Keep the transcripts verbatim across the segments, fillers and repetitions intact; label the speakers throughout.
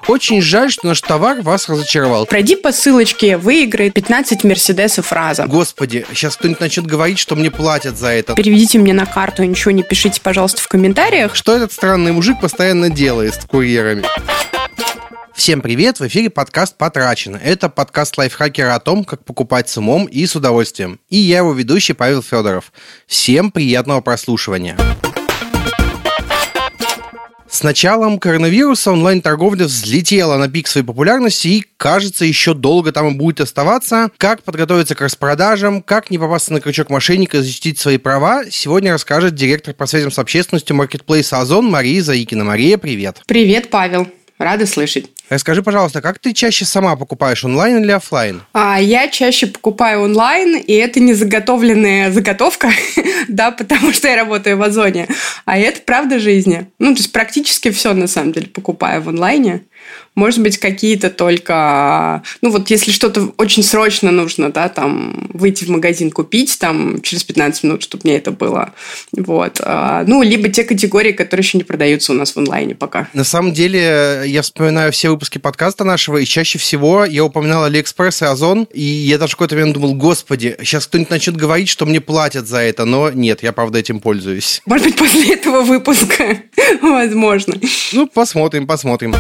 Speaker 1: Очень жаль, что наш товар вас разочаровал.
Speaker 2: Пройди по ссылочке, выиграй пятнадцать мерседесов разом.
Speaker 1: Господи, сейчас кто-нибудь начнет говорить, что мне платят за это.
Speaker 2: Переведите мне на карту, ничего не пишите, пожалуйста, в комментариях.
Speaker 1: Что этот странный мужик постоянно делает с курьерами? Всем привет, в эфире подкаст «Потрачено». Это подкаст лайфхакера о том, как покупать с умом и с удовольствием. И я его ведущий Павел Федоров. Всем приятного прослушивания. С началом коронавируса онлайн-торговля взлетела на пик своей популярности и, кажется, еще долго там и будет оставаться. Как подготовиться к распродажам, как не попасться на крючок мошенника и защитить свои права, сегодня расскажет директор по связям с общественностью маркетплейса Озон Мария Заикина. Мария, привет.
Speaker 2: Привет, Павел. Рада слышать.
Speaker 1: Расскажи, пожалуйста, как ты чаще сама покупаешь, онлайн или офлайн?
Speaker 2: А, я чаще покупаю онлайн, и это не заготовленная заготовка, да, потому что я работаю в Озоне, а это правда жизни. Ну, то есть практически все, на самом деле, покупаю в онлайне. Может быть, какие-то только... Ну, вот если что-то очень срочно нужно, да, там, выйти в магазин купить, там, через пятнадцать минут, чтобы мне это было. Вот. Ну, либо те категории, которые еще не продаются у нас в онлайне пока.
Speaker 1: На самом деле, я вспоминаю все выпуски подкаста нашего, и чаще всего я упоминал Алиэкспресс и Озон, и я даже в какой-то момент думал, господи, сейчас кто-нибудь начнет говорить, что мне платят за это, но нет, я, правда, этим пользуюсь.
Speaker 2: Может быть, после этого выпуска, возможно.
Speaker 1: Ну, посмотрим, посмотрим.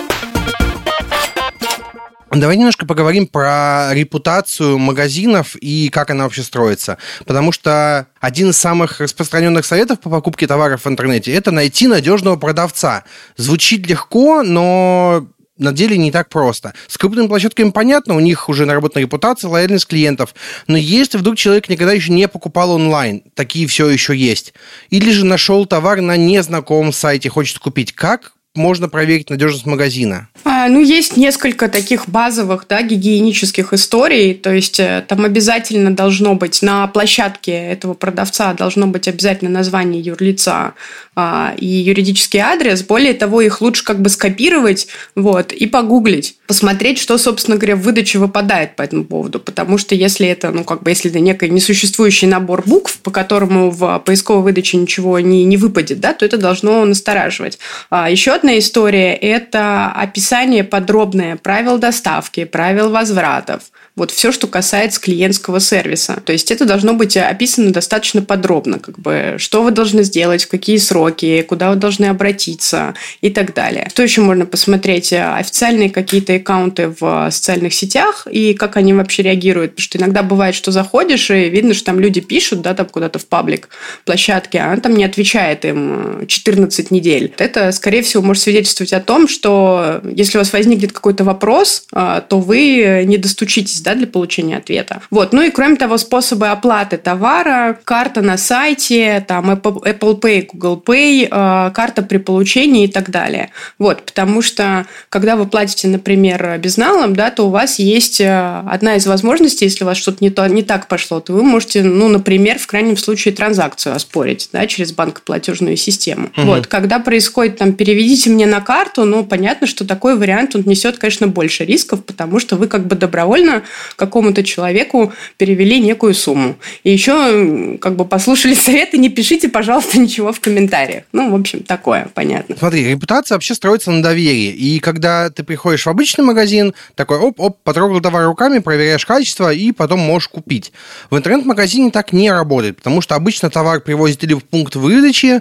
Speaker 1: Давай немножко поговорим про репутацию магазинов и как она вообще строится. Потому что один из самых распространенных советов по покупке товаров в интернете – это найти надежного продавца. Звучит легко, но на деле не так просто. С крупными площадками понятно, у них уже наработана репутация, лояльность клиентов. Но если вдруг человек никогда еще не покупал онлайн, такие все еще есть, или же нашел товар на незнакомом сайте, хочет купить, как можно проверить надежность магазина?
Speaker 2: А, ну, есть несколько таких базовых, да, гигиенических историй. То есть, там обязательно должно быть на площадке этого продавца должно быть обязательно название юрлица а, и юридический адрес. Более того, их лучше как бы скопировать, вот, и погуглить, посмотреть, что, собственно говоря, в выдаче выпадает по этому поводу. Потому что если это, ну, как бы, если это некий несуществующий набор букв, по которому в поисковой выдаче ничего не, не выпадет, да, то это должно настораживать. А, еще одна история – это описание подробное правил доставки, правил возвратов. Вот все, что касается клиентского сервиса. То есть это должно быть описано достаточно подробно, как бы, что вы должны сделать, в какие сроки, куда вы должны обратиться и так далее. Что еще можно посмотреть? Официальные какие-то аккаунты в социальных сетях и как они вообще реагируют. Потому что иногда бывает, что заходишь, и видно, что там люди пишут, да, там куда-то в паблик площадке, а она там не отвечает им четырнадцать недель. Это, скорее всего, может свидетельствовать о том, что если у вас возникнет какой-то вопрос, то вы не достучитесь, да, для получения ответа. Вот. Ну и кроме того, способы оплаты товара, карта на сайте, там Apple Pay, Google Pay, карта при получении и так далее. Вот. Потому что, когда вы платите, например, безналом, да, то у вас есть одна из возможностей, если у вас что-то не, то, не так пошло, то вы можете, ну, например, в крайнем случае транзакцию оспорить, да, через банкоплатежную систему. Угу. Вот. Когда происходит там «переведите мне на карту», ну, понятно, что такой вариант, он несет, конечно, больше рисков, потому что вы как бы добровольно какому-то человеку перевели некую сумму. И еще как бы послушали советы, не пишите, пожалуйста, ничего в комментариях. Ну, в общем, такое, понятно.
Speaker 1: Смотри, репутация вообще строится на доверии. И когда ты приходишь в обычный магазин, такой оп-оп, потрогал товар руками, проверяешь качество и потом можешь купить. В интернет-магазине так не работает, потому что обычно товар привозят или в пункт выдачи,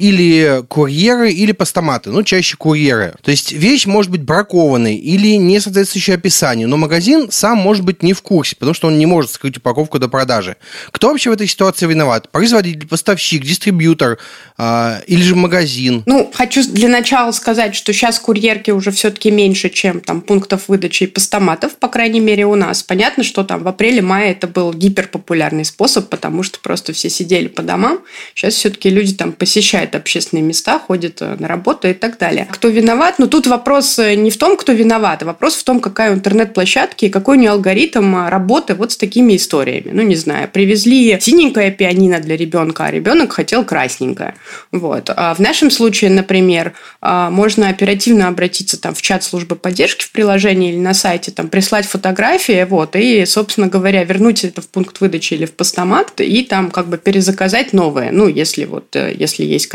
Speaker 1: или курьеры, или постаматы. Ну, чаще курьеры. То есть вещь может быть бракованной или не соответствующей описанию, но магазин сам может быть не в курсе, потому что он не может скрыть упаковку до продажи. Кто вообще в этой ситуации виноват? Производитель, поставщик, дистрибьютор э, или же магазин?
Speaker 2: Ну, хочу для начала сказать, что сейчас курьерки уже все-таки меньше, чем там пунктов выдачи и постаматов, по крайней мере, у нас. Понятно, что там в апреле-мае это был гиперпопулярный способ, потому что просто все сидели по домам. Сейчас все-таки люди там посещают общественные места, ходят на работу и так далее. Кто виноват? Ну, тут вопрос не в том, кто виноват, а вопрос в том, какая у интернет-площадки и какой у нее алгоритм работы вот с такими историями. Ну, не знаю, привезли синенькое пианино для ребенка, а ребенок хотел красненькое. Вот. А в нашем случае, например, можно оперативно обратиться там, в чат службы поддержки в приложении или на сайте, там, прислать фотографии, вот, и, собственно говоря, вернуть это в пункт выдачи или в постамат и там как бы перезаказать новое. Ну, если вот, если есть, конечно,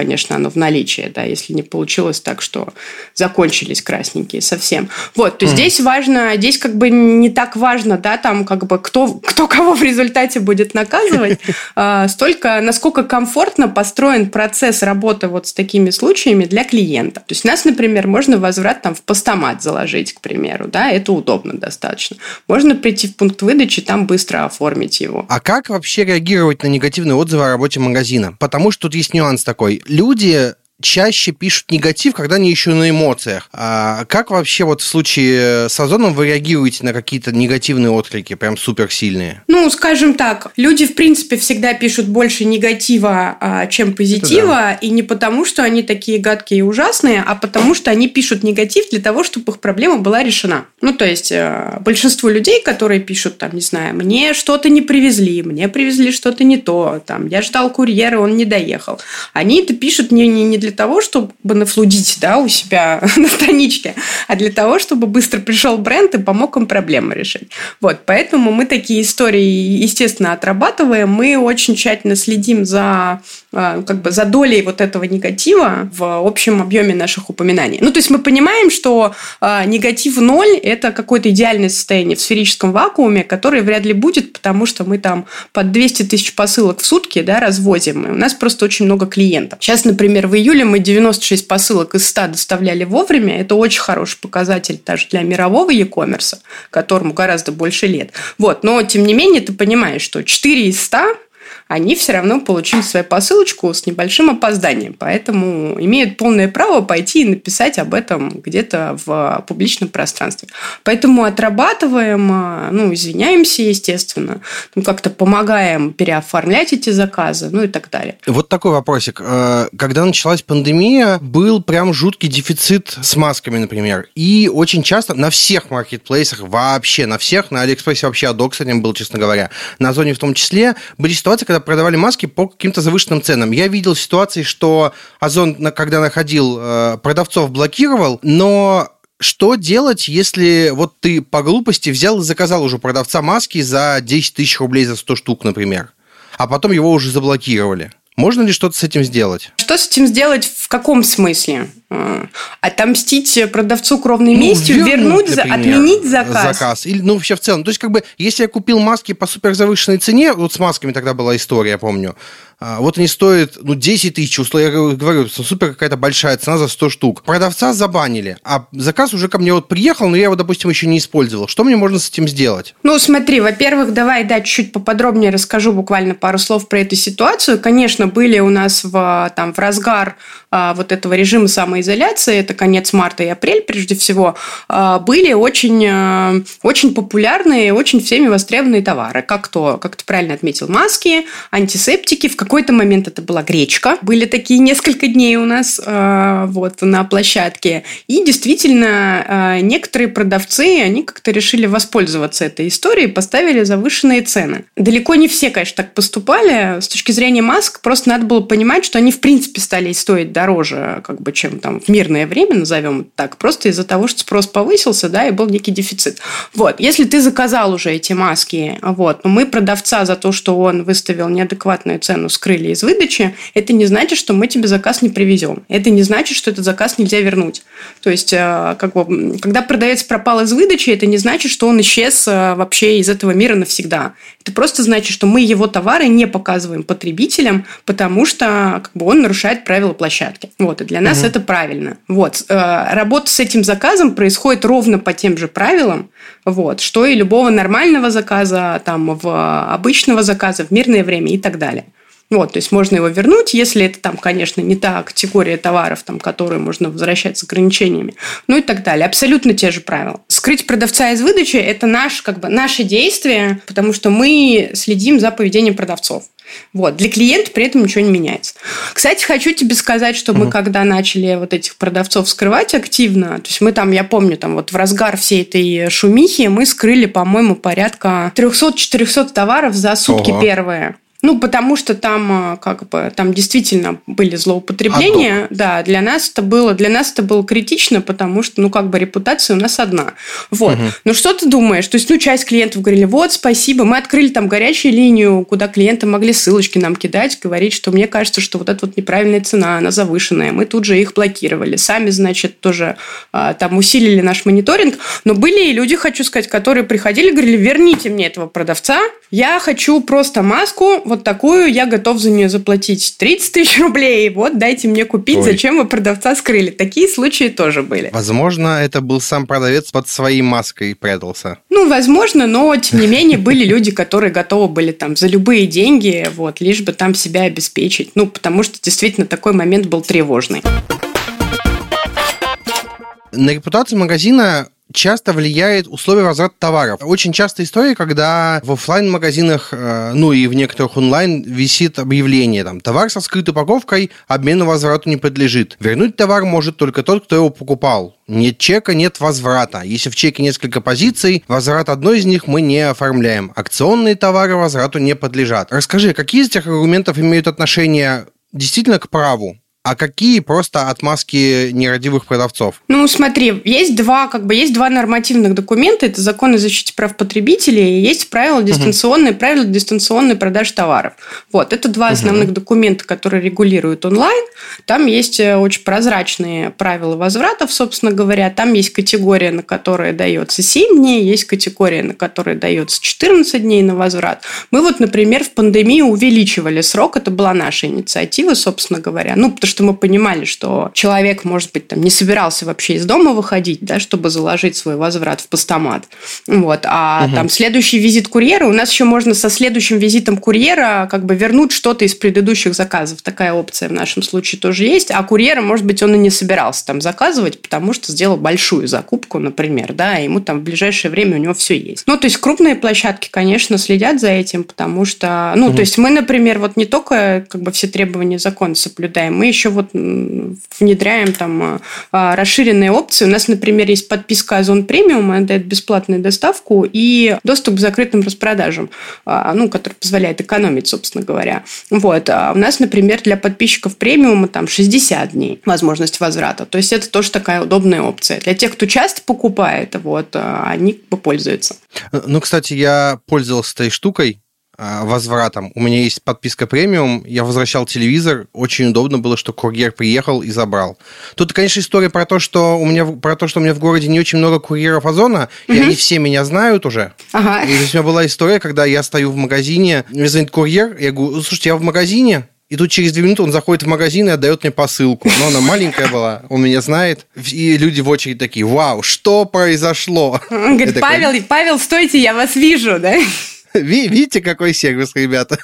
Speaker 2: конечно, оно в наличии, да, если не получилось так, что закончились красненькие совсем. Вот, то есть mm. здесь важно, здесь как бы не так важно, да, там как бы кто, кто кого в результате будет наказывать, столько, насколько комфортно построен процесс работы вот с такими случаями для клиента. То есть у нас, например, можно возврат там в постамат заложить, к примеру, да, это удобно достаточно. Можно прийти в пункт выдачи, там быстро оформить его.
Speaker 1: А как вообще реагировать на негативные отзывы о работе магазина? Потому что тут есть нюанс такой. Люди чаще пишут негатив, когда они еще на эмоциях. А как вообще вот в случае с Озоном вы реагируете на какие-то негативные отклики, прям суперсильные?
Speaker 2: Ну, скажем так, люди, в принципе, всегда пишут больше негатива, чем позитива, да. И не потому, что они такие гадкие и ужасные, а потому, что они пишут негатив для того, чтобы их проблема была решена. Ну, то есть, большинство людей, которые пишут, там, не знаю, мне что-то не привезли, мне привезли что-то не то, там, я ждал курьера, он не доехал. Они это пишут не, не, не для того, чтобы нафлудить, да, у себя на страничке, а для того, чтобы быстро пришел бренд и помог им проблему решить. Вот, поэтому мы такие истории, естественно, отрабатываем. Мы очень тщательно следим за, как бы, за долей вот этого негатива в общем объеме наших упоминаний. Ну, то есть мы понимаем, что негатив ноль – это какое-то идеальное состояние в сферическом вакууме, которое вряд ли будет, потому что мы там под двести тысяч посылок в сутки, да, развозим. И у нас просто очень много клиентов. Сейчас, например, в июле мы девяносто шесть посылок из ста доставляли вовремя. Это очень хороший показатель даже для мирового e-commerce, которому гораздо больше лет. Вот. Но, тем не менее, ты понимаешь, что четыре из ста они все равно получили свою посылочку с небольшим опозданием. Поэтому имеют полное право пойти и написать об этом где-то в публичном пространстве. Поэтому отрабатываем, ну, извиняемся, естественно, ну, как-то помогаем переоформлять эти заказы, ну и так далее.
Speaker 1: Вот такой вопросик. Когда началась пандемия, был прям жуткий дефицит с масками, например. И очень часто на всех маркетплейсах, вообще на всех, на Алиэкспрессе вообще адок с этим был, честно говоря, на Озоне в том числе, были ситуации, когда продавали маски по каким-то завышенным ценам. Я видел ситуации, что Озон, когда находил, продавцов блокировал, но что делать, если вот ты по глупости взял и заказал уже продавца маски за десять тысяч рублей за сто штук, например, а потом его уже заблокировали? Можно ли что-то с этим сделать?
Speaker 2: Что с этим сделать в каком смысле? Отомстить продавцу кровной ну, местью, вернуть, например, отменить заказ?
Speaker 1: заказ. Или, ну, вообще в целом. То есть, как бы, если я купил маски по суперзавышенной цене, вот с масками тогда была история, я помню, вот они стоят, ну, десять тысяч, я говорю, супер какая-то большая цена за сто штук. Продавца забанили, а заказ уже ко мне вот приехал, но я его, допустим, еще не использовал. Что мне можно с этим сделать?
Speaker 2: Ну, смотри, во-первых, давай, да, чуть-чуть поподробнее расскажу буквально пару слов про эту ситуацию. Конечно, были у нас в, там, в разгар а, вот этого режима самоизоляции, это конец марта и апрель, прежде всего, а, были очень, а, очень популярные, очень всеми востребованные товары. Как то, как ты правильно отметил, маски, антисептики. В какой-то момент это была гречка. Были такие несколько дней у нас а, вот, на площадке. И действительно, а, некоторые продавцы, они как-то решили воспользоваться этой историей, поставили завышенные цены. Далеко не все, конечно, так поступали. С точки зрения масок, просто надо было понимать, что они, в принципе, стали стоить дороже, как бы, чем там в мирное время, назовем это так, просто из-за того, что спрос повысился, да, и был некий дефицит. Вот. Если ты заказал уже эти маски, вот, но мы продавца за то, что он выставил неадекватную цену, скрыли из выдачи, это не значит, что мы тебе заказ не привезем. Это не значит, что этот заказ нельзя вернуть. То есть, как бы, когда продавец пропал из выдачи, это не значит, что он исчез вообще из этого мира навсегда. Это просто значит, что мы его товары не показываем потребителям, потому что, как бы, он нарушает правила площадки. Вот. И для нас угу. это правильно. Вот. Работа с этим заказом происходит ровно по тем же правилам, вот, что и любого нормального заказа, там, в обычного заказа, в мирное время и так далее. Вот, то есть можно его вернуть, если это, там, конечно, не та категория товаров, там, которые можно возвращать с ограничениями, ну и так далее. Абсолютно те же правила. Скрыть продавца из выдачи – это наш, как бы, наше действие, потому что мы следим за поведением продавцов. Вот. Для клиента при этом ничего не меняется. Кстати, хочу тебе сказать, что мы, mm-hmm. когда начали вот этих продавцов скрывать активно, то есть мы там, я помню, там вот в разгар всей этой шумихи мы скрыли, по-моему, порядка триста-четыреста товаров за сутки Ого. первые. Ну, потому что там, как бы, там действительно были злоупотребления.
Speaker 1: Адок.
Speaker 2: Да, для нас это было, для нас это было критично, потому что, ну, как бы, репутация у нас одна. Вот. Угу. Ну, что ты думаешь? То есть, ну, часть клиентов говорили, вот, спасибо, мы открыли там горячую линию, куда клиенты могли ссылочки нам кидать, говорить, что мне кажется, что вот эта вот неправильная цена, она завышенная. Мы тут же их блокировали. Сами, значит, тоже а, там усилили наш мониторинг. Но были и люди, хочу сказать, которые приходили и говорили, верните мне этого продавца, я хочу просто маску, вот такую, я готов за нее заплатить тридцать тысяч рублей, вот, дайте мне купить, Ой. Зачем вы продавца скрыли. Такие случаи тоже были.
Speaker 1: Возможно, это был сам продавец под своей маской прятался.
Speaker 2: Ну, возможно, но, тем не менее, были люди, которые готовы были там за любые деньги, вот, лишь бы там себя обеспечить. Ну, потому что действительно такой момент был тревожный.
Speaker 1: На репутацию магазина часто влияет условия возврата товаров. Очень часто история, когда в офлайн-магазинах, ну и в некоторых онлайн, висит объявление, там, товар со скрытой упаковкой, обмену возврату не подлежит. Вернуть товар может только тот, кто его покупал. Нет чека, нет возврата. Если в чеке несколько позиций, возврат одной из них мы не оформляем. Акционные товары возврату не подлежат. Расскажи, какие из этих аргументов имеют отношение действительно к праву? А какие просто отмазки нерадивых продавцов?
Speaker 2: Ну, смотри, есть два, как бы, есть два нормативных документа. Это закон о защите прав потребителей и есть правила дистанционные, uh-huh. правила дистанционной продажи товаров. Вот, это два основных uh-huh. документа, которые регулируют онлайн. Там есть очень прозрачные правила возвратов, собственно говоря. Там есть категория, на которой дается семь дней, есть категория, на которой дается четырнадцать дней на возврат. Мы вот, например, в пандемию увеличивали срок. Это была наша инициатива, собственно говоря. Ну, потому что что мы понимали, что человек, может быть, там не собирался вообще из дома выходить, да, чтобы заложить свой возврат в постамат. Вот. А угу. там следующий визит курьера, у нас еще можно со следующим визитом курьера как бы вернуть что-то из предыдущих заказов. Такая опция в нашем случае тоже есть. А курьера, может быть, он и не собирался там заказывать, потому что сделал большую закупку, например, да, и ему там в ближайшее время у него все есть. Ну, то есть крупные площадки, конечно, следят за этим, потому что, ну, угу. то есть мы, например, вот не только как бы все требования закона соблюдаем, мы еще вот внедряем там расширенные опции. У нас, например, есть подписка Озон Премиум, она дает бесплатную доставку и доступ к закрытым распродажам, ну, который позволяет экономить, собственно говоря. Вот. А у нас, например, для подписчиков премиума там шестьдесят дней возможность возврата. То есть это тоже такая удобная опция. Для тех, кто часто покупает, вот, они пользуются.
Speaker 1: Ну, кстати, я пользовался этой штукой, возвратом. У меня есть подписка премиум, я возвращал телевизор, очень удобно было, что курьер приехал и забрал. Тут, конечно, история про то, что у меня, про то, что у меня в городе не очень много курьеров Озона, угу. и они все меня знают уже. Ага. И здесь у меня была история, когда я стою в магазине, мне звонит курьер, я говорю, слушайте, я в магазине, и тут через две минуты он заходит в магазин и отдает мне посылку. Но она маленькая была, он меня знает. И люди в очередь такие, вау, что произошло?
Speaker 2: Он говорит, Павел, такой... Павел, стойте, я вас вижу, да?
Speaker 1: Видите, какой сервис, ребята?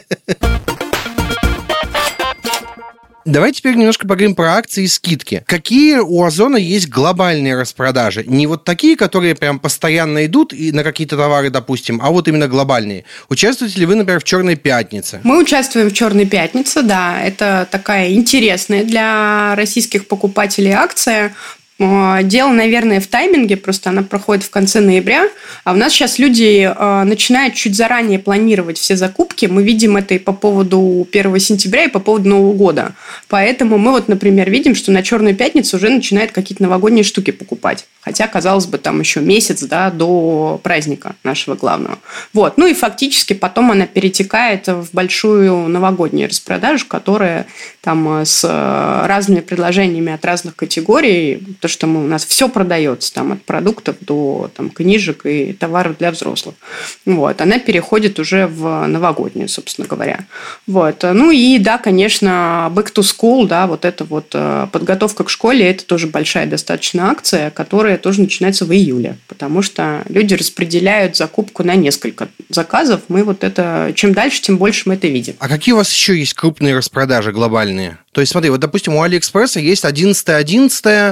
Speaker 1: Давай теперь немножко поговорим про акции и скидки. Какие у Озона есть глобальные распродажи? Не вот такие, которые прям постоянно идут и на какие-то товары, допустим, а вот именно глобальные. Участвуете ли вы, например, в «Черной пятнице»?
Speaker 2: Мы участвуем в «Черной пятнице», да. Это такая интересная для российских покупателей акция. Дело, наверное, в тайминге, просто она проходит в конце ноября, а у нас сейчас люди э, начинают чуть заранее планировать все закупки. Мы видим это и по поводу первого сентября, и по поводу Нового года. Поэтому мы вот, например, видим, что на «Черную пятницу» уже начинают какие-то новогодние штуки покупать. Хотя, казалось бы, там еще месяц, да, до праздника нашего главного. Вот. Ну и фактически потом она перетекает в большую новогоднюю распродажу, которая там с разными предложениями от разных категорий, то, что мы, у нас все продается, там, от продуктов до там, книжек и товаров для взрослых. Вот. Она переходит уже в новогоднюю, собственно говоря. Вот. Ну и, да, конечно, back to school, да, вот эта вот подготовка к школе, это тоже большая достаточно акция, которая тоже начинается в июле, потому что люди распределяют закупку на несколько заказов. Мы вот это, чем дальше, тем больше мы это видим.
Speaker 1: А какие у вас еще есть крупные распродажи глобальные? То есть, смотри, вот, допустим, у Алиэкспресса есть одиннадцатое одиннадцатое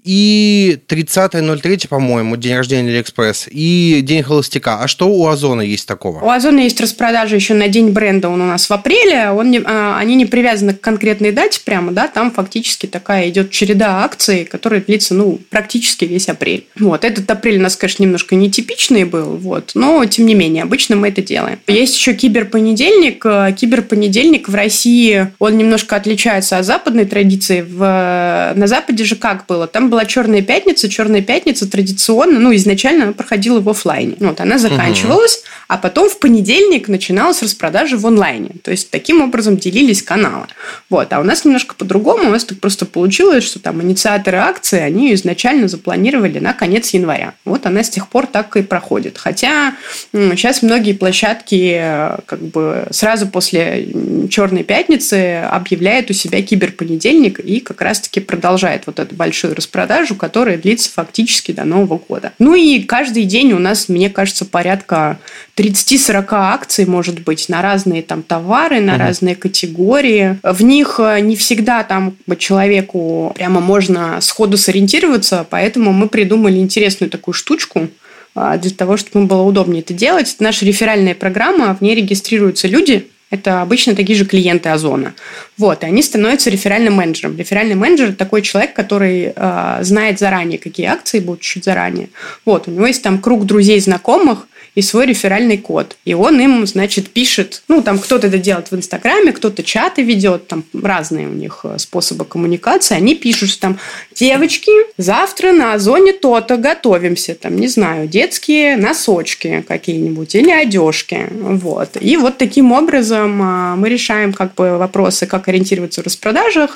Speaker 1: и тридцатое ноль третье, по-моему, день рождения Алиэкспресс, и День холостяка. А что у Озона есть такого?
Speaker 2: У Озона есть распродажа еще на День бренда, он у нас в апреле, он не, а, они не привязаны к конкретной дате прямо, да, там фактически такая идет череда акций, которая длится, ну, практически весь апрель. Вот, этот апрель у нас, конечно, немножко нетипичный был, вот, но, тем не менее, обычно мы это делаем. Есть еще киберпонедельник. Киберпонедельник в России, он немножко отличается от западной традиции. В, на Западе же как было? Там была Черная пятница. Черная пятница традиционно, ну, изначально она проходила в офлайне. Вот, она заканчивалась, угу. а потом в понедельник начиналась распродажа в онлайне. То есть, таким образом делились каналы. Вот. А у нас немножко по-другому. У нас так просто получилось, что там инициаторы акции, они изначально запланировали на конец января. Вот она с тех пор так и проходит. Хотя сейчас многие площадки как бы сразу после Черной пятницы объявляют у себя киберпонедельник и как раз-таки продолжает вот эту большую распродажу, которая длится фактически до Нового года. Ну и каждый день у нас, мне кажется, порядка тридцать-сорок акций может быть на разные там товары, на uh-huh. разные категории. В них не всегда там человеку прямо можно сходу сориентироваться, поэтому мы придумали интересную такую штучку для того, чтобы им было удобнее это делать. Это наша реферальная программа, в ней регистрируются люди. Это обычно такие же клиенты Озона. Вот, и они становятся реферальным менеджером. Реферальный менеджер – это такой человек, который э, знает заранее, какие акции будут чуть заранее. Вот, у него есть там круг друзей, знакомых и свой реферальный код. И он им, значит, пишет, ну, там кто-то это делает в Инстаграме, кто-то чаты ведет, там разные у них способы коммуникации. Они пишут, что там, девочки, завтра на Озоне то-то готовимся, там, не знаю, детские носочки какие-нибудь или одежки. Вот. И вот таким образом мы решаем как бы вопросы, как ориентироваться в распродажах.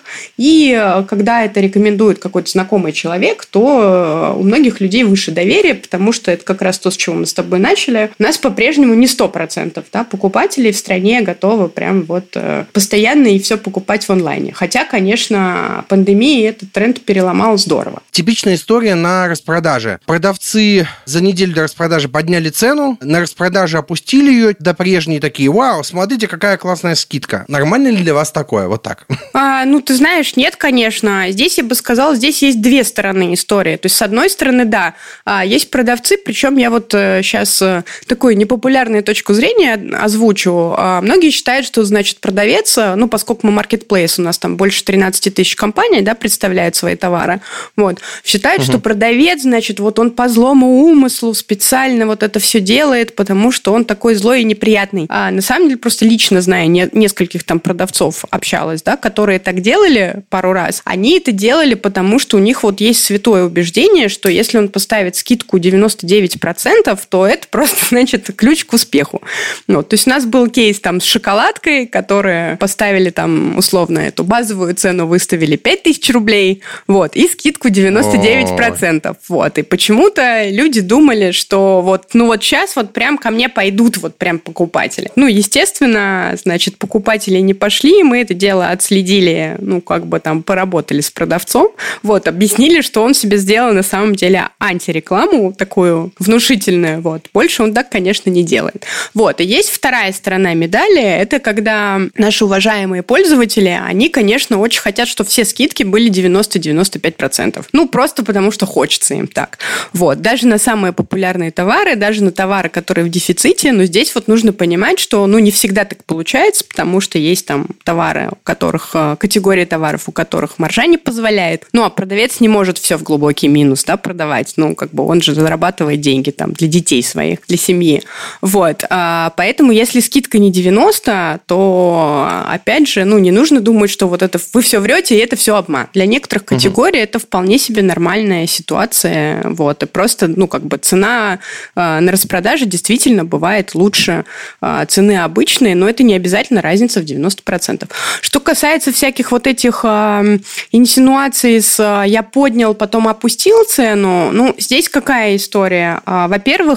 Speaker 2: И когда это рекомендует какой-то знакомый человек, то у многих людей выше доверие, потому что это как раз то, с чего мы с тобой начали. У нас по-прежнему не сто процентов да, покупателей в стране готовы прям вот постоянно и все покупать в онлайне. Хотя, конечно, пандемия этот тренд переломала здорово.
Speaker 1: Типичная история на распродаже. Продавцы за неделю до распродажи подняли цену, на распродаже опустили ее до прежней, такие, вау, смотрите, какая классная скидка. Нормально ли для вас такое? Вот так.
Speaker 2: А, ну, ты знаешь, нет, конечно. Здесь, я бы сказала, здесь есть две стороны истории. То есть, с одной стороны, да, есть продавцы, причем я вот сейчас такую непопулярную точку зрения озвучу. Многие считают, что, значит, продавец, ну, поскольку мы маркетплейс, у нас там больше тринадцать тысяч компаний, да, представляют свои товары, вот, считают, угу. что продавец, значит, вот он по злому умыслу специально вот это все делает, потому что он такой злой и неприятный. А на самом деле, просто лично зная не, нескольких там продавцов, общалась, да, которые так делали пару раз, они это делали, потому что у них вот есть святое убеждение, что если он поставит скидку девяносто девять процентов, то это просто, значит, ключ к успеху. Вот. То есть у нас был кейс там с шоколадкой, которые поставили там условно эту базовую цену, выставили пять тысяч рублей, вот, и скидку девяносто девять процентов. Вот. И почему-то люди думали, что вот, ну вот сейчас вот прям ко мне пойдут вот прям покупатели. Ну, естественно, значит, покупатели не пошли, мы это дело отследили, ну, как бы там поработали с продавцом, вот, объяснили, что он себе сделал на самом деле антирекламу такую внушительную, вот. Больше он так, конечно, не делает. Вот. И есть вторая сторона медали, это когда наши уважаемые пользователи, они, конечно, очень хотят, чтобы все скидки были девяносто-девяносто пять процентов. Ну, просто потому, что хочется им так. Вот. Даже на самые популярные товары, даже на товары, которые в дефиците, но здесь вот нужно понимать, что, ну, не всегда так получается, потому что есть там товары, у которых, категория товаров, у которых маржа не позволяет. Ну, а продавец не может все в глубокий минус, да, продавать. Ну, как бы он же зарабатывает деньги там для детей своих, для семьи. Вот. Поэтому, если скидка не девяносто, то, опять же, ну, не нужно думать, что вот это вы все врете, и это все обман. Для некоторых категорий угу. это вполне себе нормальная ситуация. Вот. И просто, ну, как бы цена на распродаже действительно бывает лучше цены обычной, но это не обязательно разница в девяносто процентов. Что касается всяких вот этих инсинуаций с «я поднял, потом опустил цену», ну, здесь какая история? Во-первых, есть фидбэк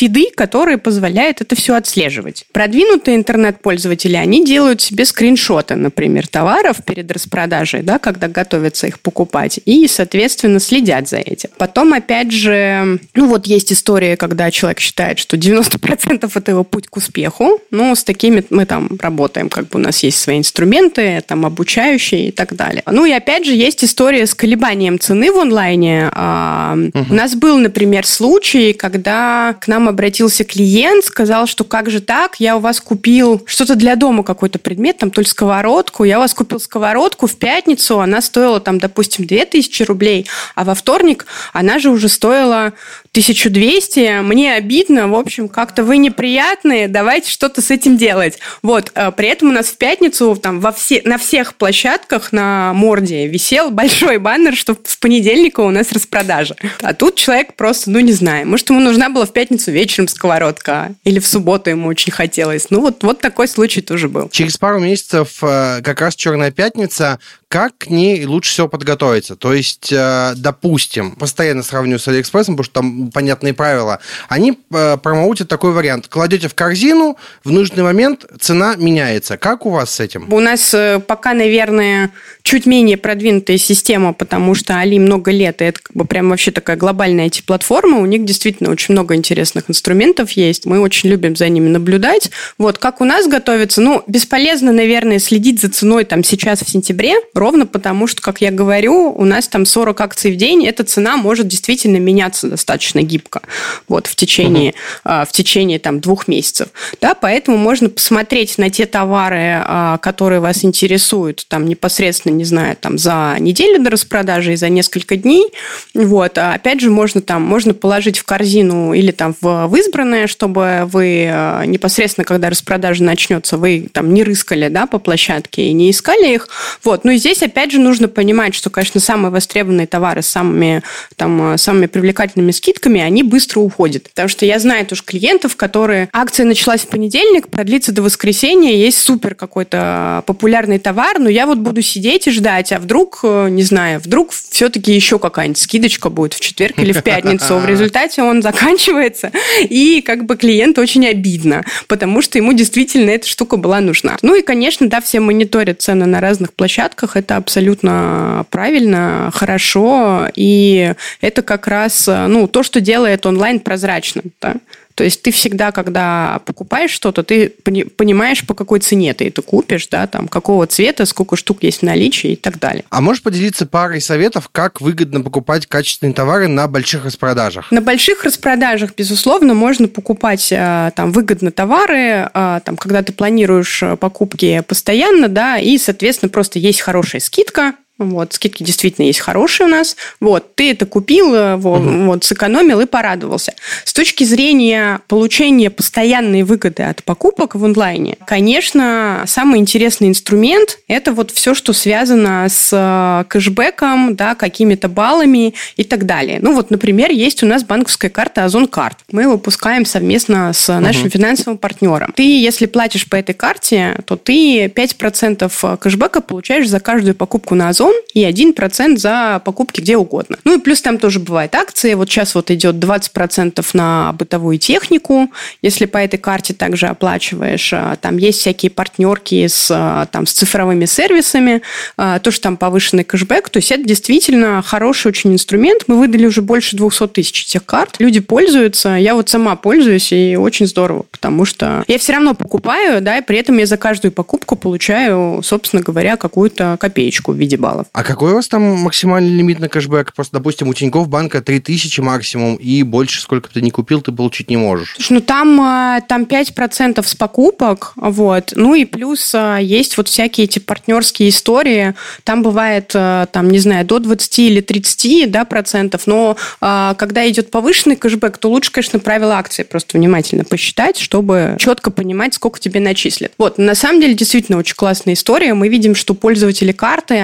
Speaker 2: фиды, которые позволяют это все отслеживать. Продвинутые интернет-пользователи, они делают себе скриншоты, например, товаров перед распродажей, да, когда готовятся их покупать, и, соответственно, следят за этим. Потом, опять же, ну вот есть история, когда человек считает, что девяносто процентов это его путь к успеху. Ну, с такими мы там работаем, как бы у нас есть свои инструменты, там, обучающие и так далее. Ну, и опять же, есть история с колебанием цены в онлайне. Угу. У нас был, например, случай, когда к нам обратился клиент, сказал, что как же так, я у вас купил что-то для дома, какой-то предмет, там, то ли сковородку, я у вас купил сковородку в пятницу, она стоила, там, допустим, две тысячи рублей, а во вторник она же уже стоила тысячу двести, мне обидно, в общем, как-то вы неприятные, давайте что-то с этим делать. Вот, при этом у нас в пятницу там во все, на всех площадках на морде висел большой баннер, что в понедельник у нас распродажа. А тут человек просто, ну не знаю, может, ему нужна была в пятницу вечером сковородка, или в субботу ему очень хотелось. Ну вот, вот такой случай тоже был.
Speaker 1: Через пару месяцев как раз «Черная пятница», как к ней лучше всего подготовиться? То есть, допустим, постоянно сравниваю с Алиэкспрессом, потому что там понятные правила, они промоутят такой вариант. Кладете в корзину, в нужный момент цена меняется. Как у вас с этим?
Speaker 2: У нас пока, наверное, чуть менее продвинутая система, потому что Али много лет, и это как бы прям вообще такая глобальная ай ти-платформа. У них действительно очень много интересных инструментов есть. Мы очень любим за ними наблюдать. Вот, как у нас готовится? Ну, бесполезно, наверное, следить за ценой там сейчас в сентябре, ровно потому, что, как я говорю, у нас там сорок акций в день, эта цена может действительно меняться достаточно гибко вот, в течение, uh-huh. в течение там, двух месяцев. Да, поэтому можно посмотреть на те товары, которые вас интересуют там, непосредственно, не знаю, там, за неделю до распродажи и за несколько дней. Вот. А опять же, можно, там, можно положить в корзину или там, в, в избранное, чтобы вы непосредственно, когда распродажа начнется, вы там, не рыскали да, по площадке и не искали их. Вот. Ну и здесь Здесь, опять же, нужно понимать, что, конечно, самые востребованные товары с самыми, там, самыми привлекательными скидками, они быстро уходят. Потому что я знаю тоже клиентов, которые... Акция началась в понедельник, продлится до воскресенья, есть супер какой-то популярный товар, но я вот буду сидеть и ждать, а вдруг, не знаю, вдруг все-таки еще какая-нибудь скидочка будет в четверг или в пятницу. В результате он заканчивается, и как бы клиенту очень обидно, потому что ему действительно эта штука была нужна. Ну и, конечно, да, все мониторят цены на разных площадках, это абсолютно правильно, хорошо, и это как раз ну, то, что делает онлайн прозрачным. Да? То есть ты всегда, когда покупаешь что-то, ты понимаешь, по какой цене ты это купишь, да, там, какого цвета, сколько штук есть в наличии и так далее.
Speaker 1: А можешь поделиться парой советов, как выгодно покупать качественные товары на больших распродажах?
Speaker 2: На больших распродажах, безусловно, можно покупать там, выгодно товары, там, когда ты планируешь покупки постоянно, да, и, соответственно, просто есть хорошая скидка. Вот, скидки действительно есть хорошие у нас. Вот, ты это купил, вот, угу. вот, сэкономил и порадовался. С точки зрения получения постоянной выгоды от покупок в онлайне, конечно, самый интересный инструмент – это вот все, что связано с кэшбэком, да, какими-то баллами и так далее. Ну, вот, например, есть у нас банковская карта Озон Карт. Мы ее выпускаем совместно с нашим угу. финансовым партнером. Ты, если платишь по этой карте, то ты пять процентов кэшбэка получаешь за каждую покупку на Озон, и один процент за покупки где угодно. Ну и плюс там тоже бывают акции. Вот сейчас вот идет двадцать процентов на бытовую технику, если по этой карте также оплачиваешь. Там есть всякие партнерки с, там, с цифровыми сервисами, тоже там повышенный кэшбэк. То есть это действительно хороший очень инструмент. Мы выдали уже больше двести тысяч этих карт. Люди пользуются. Я вот сама пользуюсь, и очень здорово, потому что я все равно покупаю, да, и при этом я за каждую покупку получаю, собственно говоря, какую-то копеечку в виде баллов.
Speaker 1: А какой у вас там максимальный лимит на кэшбэк? Просто, допустим, у Тинькофф банка три тысячи максимум, и больше, сколько бы ты ни купил, ты получить не можешь.
Speaker 2: Слушай, ну там, там пять процентов с покупок, вот, ну и плюс есть вот всякие эти партнерские истории, там бывает, там, не знаю, до двадцати или тридцати, да, процентов, но когда идет повышенный кэшбэк, то лучше, конечно, правила акции просто внимательно посчитать, чтобы четко понимать, сколько тебе начислят. Вот, на самом деле, действительно очень классная история. Мы видим, что пользователи карты, они покупают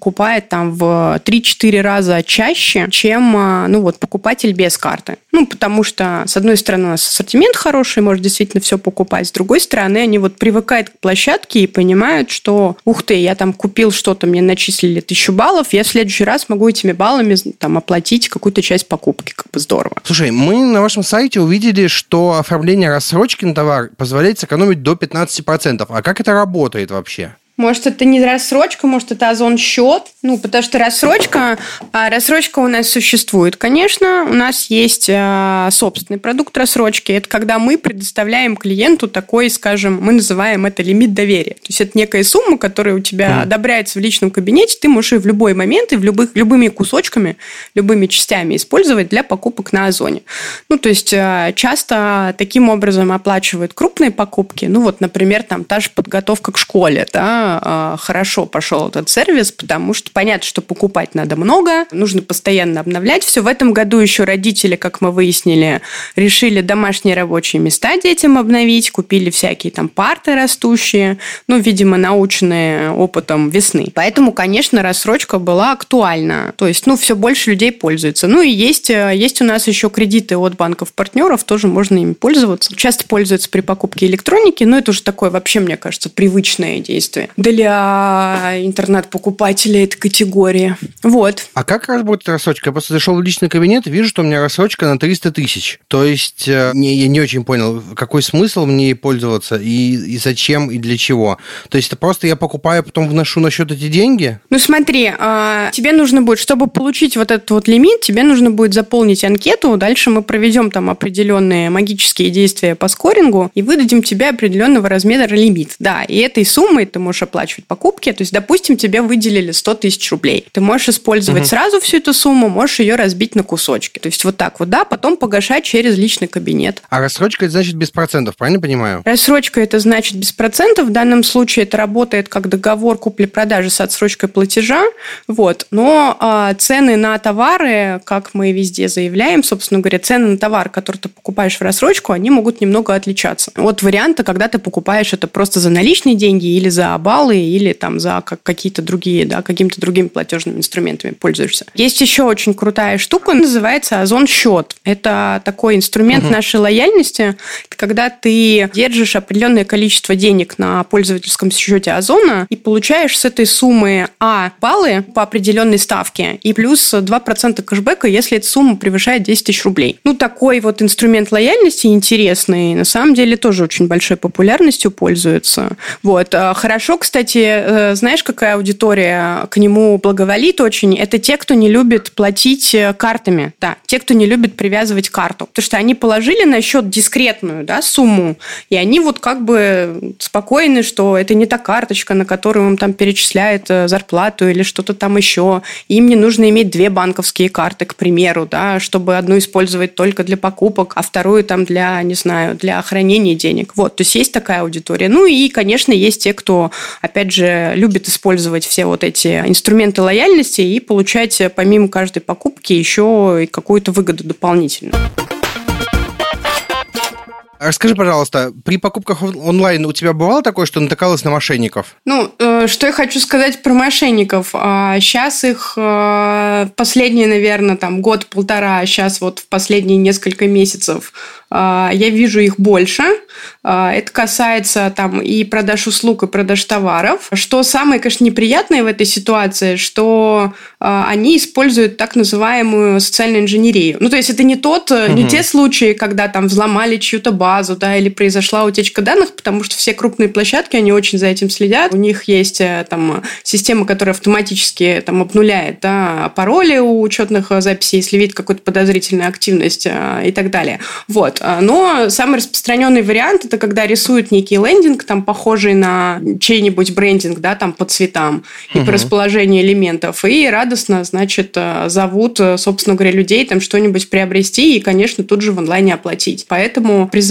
Speaker 2: покупает там в три-четыре раза чаще, чем, ну, вот, покупатель без карты. Ну, потому что, с одной стороны, у нас ассортимент хороший, может действительно все покупать, с другой стороны, они вот привыкают к площадке и понимают, что, ух ты, я там купил что-то, мне начислили тысячу баллов, я в следующий раз могу этими баллами там оплатить какую-то часть покупки, как бы здорово.
Speaker 1: Слушай, мы на вашем сайте увидели, что оформление рассрочки на товар позволяет сэкономить до пятнадцать процентов. А как это работает вообще?
Speaker 2: Может, это не рассрочка, может, это Озон-счет. Ну, потому что рассрочка, рассрочка у нас существует, конечно. У нас есть собственный продукт рассрочки. Это когда мы предоставляем клиенту такой, скажем, мы называем это лимит доверия. То есть это некая сумма, которая у тебя mm. одобряется в личном кабинете. Ты можешь ее в любой момент и в любых, любыми кусочками, любыми частями использовать для покупок на Озоне. Ну, то есть часто таким образом оплачивают крупные покупки. Ну, вот, например, там та же подготовка к школе, да, хорошо пошел этот сервис, потому что понятно, что покупать надо много, нужно постоянно обновлять все. В этом году еще родители, как мы выяснили, решили домашние рабочие места детям обновить, купили всякие там парты растущие, ну, видимо, наученные опытом весны. Поэтому, конечно, рассрочка была актуальна. То есть, ну, все больше людей пользуются. Ну, и есть, есть у нас еще кредиты от банков-партнеров, тоже можно ими пользоваться. Часто пользуются при покупке электроники, но это уже такое вообще, мне кажется, привычное действие для интернет-покупателей этой категории. Вот.
Speaker 1: А как работает рассрочка? Я просто зашел в личный кабинет и вижу, что у меня рассрочка на триста тысяч. То есть, не, я не очень понял, какой смысл мне ей пользоваться и, и зачем, и для чего. То есть, это просто я покупаю, потом вношу на счет эти деньги?
Speaker 2: Ну, смотри, тебе нужно будет, чтобы получить вот этот вот лимит, тебе нужно будет заполнить анкету, дальше мы проведем там определенные магические действия по скорингу и выдадим тебе определенного размера лимит. Да, и этой суммой ты можешь оплачивать покупки. То есть, допустим, тебе выделили сто тысяч рублей. Ты можешь использовать угу. сразу всю эту сумму, можешь ее разбить на кусочки. То есть, вот так вот, да, потом погашать через личный кабинет.
Speaker 1: А рассрочка, это значит без процентов, правильно понимаю?
Speaker 2: Рассрочка, это значит без процентов. В данном случае это работает как договор купли-продажи с отсрочкой платежа. Вот. Но а, цены на товары, как мы везде заявляем, собственно говоря, цены на товар, который ты покупаешь в рассрочку, они могут немного отличаться. От варианта, когда ты покупаешь это просто за наличные деньги или за баллы, или там за какие-то другие, да, какими-то другими платежными инструментами пользуешься. Есть еще очень крутая штука, называется Озон-счет. Это такой инструмент угу. нашей лояльности, когда ты держишь определенное количество денег на пользовательском счете Озона и получаешь с этой суммы а. баллы по определенной ставке и плюс два процента кэшбэка, если эта сумма превышает десять тысяч рублей. Ну, такой вот инструмент лояльности интересный, на самом деле тоже очень большой популярностью пользуется. Вот. Хорошо, кстати, знаешь, какая аудитория к нему благоволит очень? Это те, кто не любит платить картами. Да, те, кто не любит привязывать карту. Потому что они положили на счет дискретную, да, сумму, и они вот как бы спокойны, что это не та карточка, на которую им там перечисляют зарплату или что-то там еще. Им не нужно иметь две банковские карты, к примеру, да, чтобы одну использовать только для покупок, а вторую там для, не знаю, для хранения денег. Вот, то есть есть такая аудитория. Ну и, конечно, есть те, кто, опять же, любит использовать все вот эти инструменты лояльности и получать помимо каждой покупки еще и какую-то выгоду дополнительную.
Speaker 1: Расскажи, пожалуйста, при покупках онлайн у тебя бывало такое, что натыкалось на мошенников?
Speaker 2: Ну, что я хочу сказать про мошенников. Сейчас их последние, наверное, там год-полтора, а сейчас вот в последние несколько месяцев я вижу их больше. Это касается там и продаж услуг, и продаж товаров. Что самое, конечно, неприятное в этой ситуации, что они используют так называемую социальную инженерию. Ну, то есть это не тот, угу. не те случаи, когда там взломали чью-то базу, да, или произошла утечка данных, потому что все крупные площадки, они очень за этим следят. У них есть там система, которая автоматически там обнуляет, да, пароли у учетных записей, если видит какую-то подозрительную активность и так далее. Вот. Но самый распространенный вариант – это когда рисуют некий лендинг, там, похожий на чей-нибудь брендинг, да, там, по цветам и угу. по расположению элементов, и радостно, значит, зовут, собственно говоря, людей там что-нибудь приобрести и, конечно, тут же в онлайне оплатить. Поэтому призываю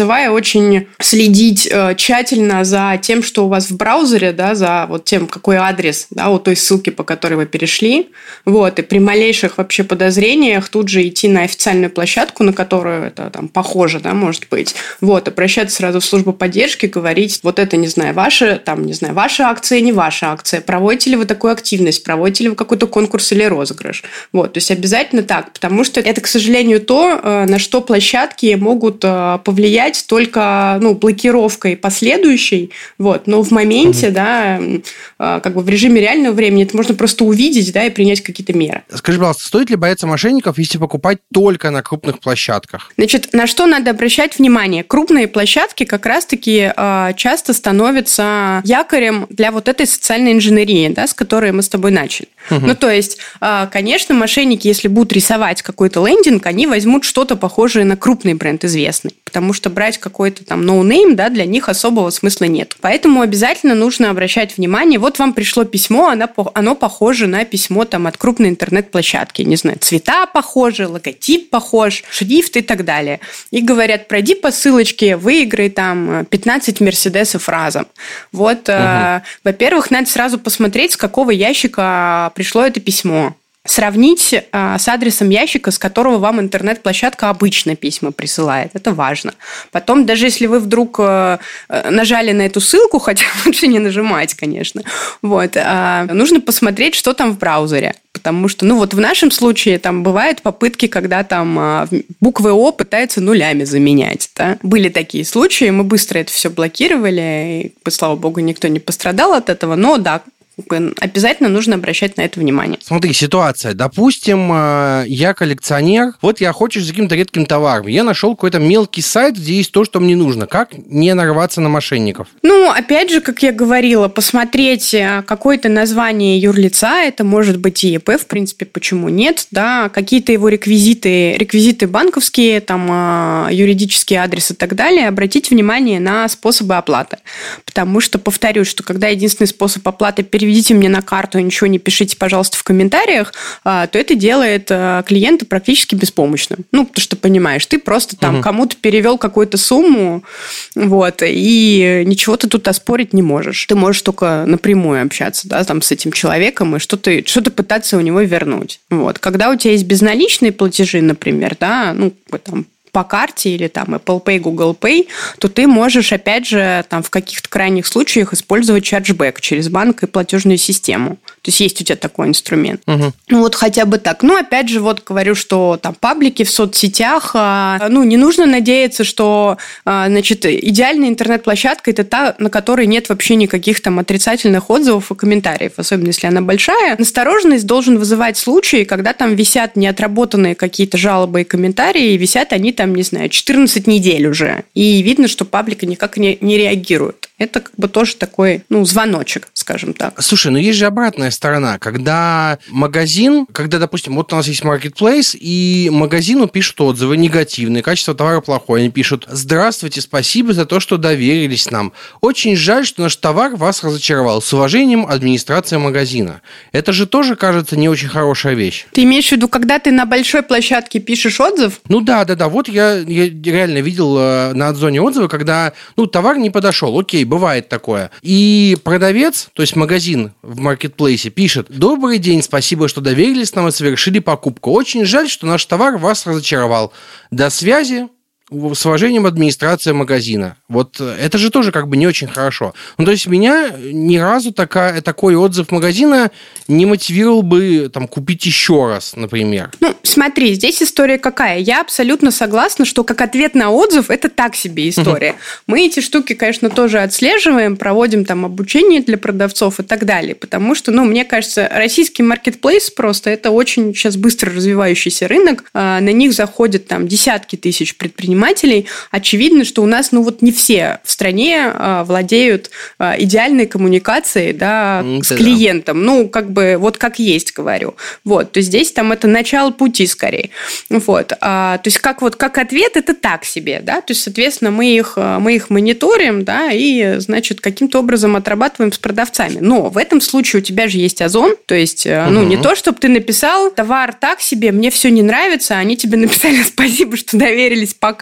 Speaker 2: призываю очень следить э, тщательно за тем, что у вас в браузере, да, за вот тем, какой адрес, да, у той ссылки, по которой вы перешли. Вот, и при малейших вообще подозрениях тут же идти на официальную площадку, на которую это там похоже, да, может быть. Вот, обращаться сразу в службу поддержки, говорить, вот это, не знаю, ваши, там, не знаю, ваша акция, не ваша акция. Проводите ли вы такую активность, проводите ли вы какой-то конкурс или розыгрыш. Вот, то есть обязательно так, потому что это, к сожалению, то, на что площадки могут повлиять только, ну, блокировкой последующей, вот, но в моменте, mm-hmm. да, как бы в режиме реального времени это можно просто увидеть, да, и принять какие-то меры.
Speaker 1: Скажи, пожалуйста, стоит ли бояться мошенников, если покупать только на крупных площадках?
Speaker 2: Значит, на что надо обращать внимание? Крупные площадки как раз-таки э, часто становятся якорем для вот этой социальной инженерии, да, с которой мы с тобой начали. Угу. Ну, то есть, э, конечно, мошенники, если будут рисовать какой-то лендинг, они возьмут что-то похожее на крупный бренд известный, потому что брать какой-то там ноунейм, да, для них особого смысла нет. Поэтому обязательно нужно обращать внимание. Вот вам пришло письмо, оно, оно похоже на письмо там, от крупной интернет-площадки. Не знаю, цвета похожи, логотип похож, шрифт и так далее. И говорят, пройди по ссылочке, выиграй там пятнадцать мерседесов разом. Вот, угу. э, во-первых, надо сразу посмотреть, с какого ящика пришло это письмо. Сравнить э, с адресом ящика, с которого вам интернет-площадка обычно письма присылает. Это важно. Потом, даже если вы вдруг э, нажали на эту ссылку, хотя лучше не нажимать, конечно, вот, э, нужно посмотреть, что там в браузере. Потому что, ну вот в нашем случае там бывают попытки, когда там э, буквы О пытаются нулями заменять. Да? Были такие случаи, мы быстро это все блокировали, и, слава богу, никто не пострадал от этого, но да, обязательно нужно обращать на это внимание.
Speaker 1: Смотри, ситуация. Допустим, я коллекционер, вот я охочусь за каким-то редким товаром. Я нашел какой-то мелкий сайт, где есть то, что мне нужно. Как не нарваться на мошенников?
Speaker 2: Ну, опять же, как я говорила, посмотреть какое-то название юрлица, это может быть и ИП, в принципе, почему нет, да, какие-то его реквизиты, реквизиты банковские, там, юридический адрес и так далее, обратить внимание на способы оплаты. Потому что, повторюсь, что когда единственный способ оплаты перевести переведите мне на карту и ничего не пишите, пожалуйста, в комментариях, то это делает клиента практически беспомощным. Ну, потому что, понимаешь, ты просто там угу. кому-то перевел какую-то сумму, вот, и ничего ты тут оспорить не можешь. Ты можешь только напрямую общаться, да, там, с этим человеком и что-то, что-то пытаться у него вернуть. Вот. Когда у тебя есть безналичные платежи, например, да, ну, там, по карте или там Apple Pay, Google Pay, то ты можешь, опять же, там в каких-то крайних случаях использовать чарджбэк через банк и платежную систему. То есть есть у тебя такой инструмент. Угу. Ну вот хотя бы так. Ну, опять же, вот говорю, что там паблики в соцсетях, ну, не нужно надеяться, что, значит, идеальная интернет-площадка – это та, на которой нет вообще никаких там отрицательных отзывов и комментариев, особенно если она большая. Настороженность должен вызывать случаи, когда там висят неотработанные какие-то жалобы и комментарии, и висят они там, не знаю, четырнадцать недель уже. И видно, что паблика никак не, не реагирует. Это как бы тоже такой, ну, звоночек, скажем так.
Speaker 1: Слушай, ну есть же обратная сторона, когда магазин, когда, допустим, вот у нас есть маркетплейс, и магазину пишут отзывы негативные, качество товара плохое, они пишут: «Здравствуйте, спасибо за то, что доверились нам. Очень жаль, что наш товар вас разочаровал. С уважением, администрация магазина». Это же тоже, кажется, не очень хорошая вещь.
Speaker 2: Ты имеешь в виду, когда ты на большой площадке пишешь отзыв?
Speaker 1: Ну да, да, да. Вот я, я реально видел э, на Озоне отзывы, когда, ну, товар не подошел, окей, бывает такое. И продавец, то есть магазин в маркетплейсе, пишет: «Добрый день, спасибо, что доверились нам и совершили покупку. Очень жаль, что наш товар вас разочаровал. До связи. С уважением, администрация магазина». Вот это же тоже как бы не очень хорошо. Ну, то есть меня ни разу такая, такой отзыв магазина не мотивировал бы там купить еще раз, например.
Speaker 2: Ну, смотри, здесь история какая. Я абсолютно согласна, что как ответ на отзыв это так себе история. Uh-huh. Мы эти штуки, конечно, тоже отслеживаем, проводим там обучение для продавцов и так далее, потому что, ну, мне кажется, российский маркетплейс просто это очень сейчас быстро развивающийся рынок. На них заходят там десятки тысяч предпринимателей. Очевидно, что у нас, ну вот не все в стране э, владеют э, идеальной коммуникацией, да, mm-hmm. с клиентом. Ну, как бы, вот как есть, говорю. Вот, то есть здесь там это начало пути скорее. Вот, а, то есть как вот как ответ это так себе, да, то есть, соответственно, мы их, мы их мониторим, да, и, значит, каким-то образом отрабатываем с продавцами. Но в этом случае у тебя же есть Озон, то есть, mm-hmm. ну, не то, чтобы ты написал: «Товар так себе, мне все не нравится», они тебе написали: «Спасибо, что доверились, пока».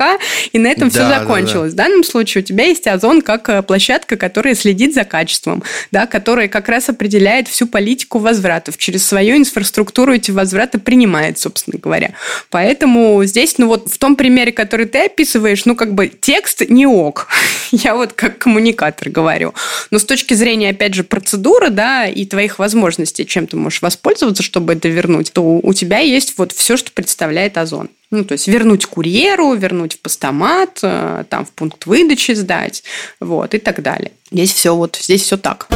Speaker 2: дурака, и на этом да, все закончилось. Да, да. В данном случае у тебя есть Озон как площадка, которая следит за качеством, да, которая как раз определяет всю политику возвратов, через свою инфраструктуру эти возвраты принимает, собственно говоря. Поэтому здесь, ну вот в том примере, который ты описываешь, ну как бы текст не ок. Я вот как коммуникатор говорю. Но с точки зрения, опять же, процедуры, да, и твоих возможностей, чем ты можешь воспользоваться, чтобы это вернуть, то у тебя есть вот все, что представляет Озон. Ну, то есть вернуть курьеру, вернуть в постамат, там в пункт выдачи сдать, вот, и так далее. Здесь все вот, здесь все так.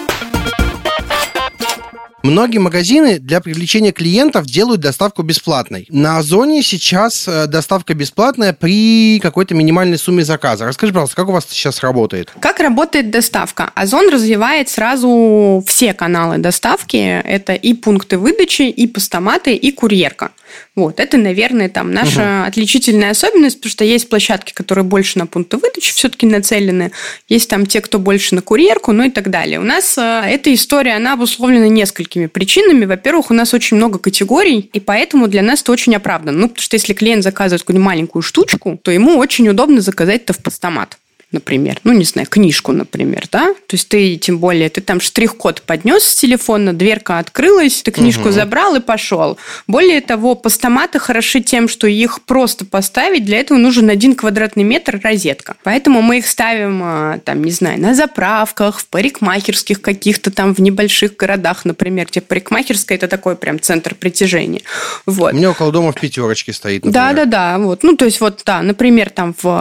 Speaker 1: Многие магазины для привлечения клиентов делают доставку бесплатной. На Озоне сейчас доставка бесплатная при какой-то минимальной сумме заказа. Расскажи, пожалуйста, как у вас сейчас работает?
Speaker 2: Как работает доставка? Озон развивает сразу все каналы доставки. Это и пункты выдачи, и постаматы, и курьерка. Вот, это, наверное, там наша угу. отличительная особенность, потому что есть площадки, которые больше на пункты выдачи все-таки нацелены, есть там те, кто больше на курьерку, ну и так далее. У нас э, эта история, она обусловлена несколькими причинами. Во-первых, у нас очень много категорий, и поэтому для нас это очень оправдано. Ну, потому что если клиент заказывает какую-нибудь маленькую штучку, то ему очень удобно заказать это в постамат. Например, ну, не знаю, книжку, например, да? То есть ты, тем более, ты там штрих-код поднес с телефона, дверка открылась, ты книжку угу. забрал и пошел. Более того, постаматы хороши тем, что их просто поставить, для этого нужен один квадратный метр розетка. Поэтому мы их ставим, там, не знаю, на заправках, в парикмахерских каких-то там, в небольших городах, например, где парикмахерская – это такой прям центр притяжения. Вот.
Speaker 1: У меня около дома в пятерочке стоит, например.
Speaker 2: Да-да-да, вот. Ну, то есть, вот, да, например, там в,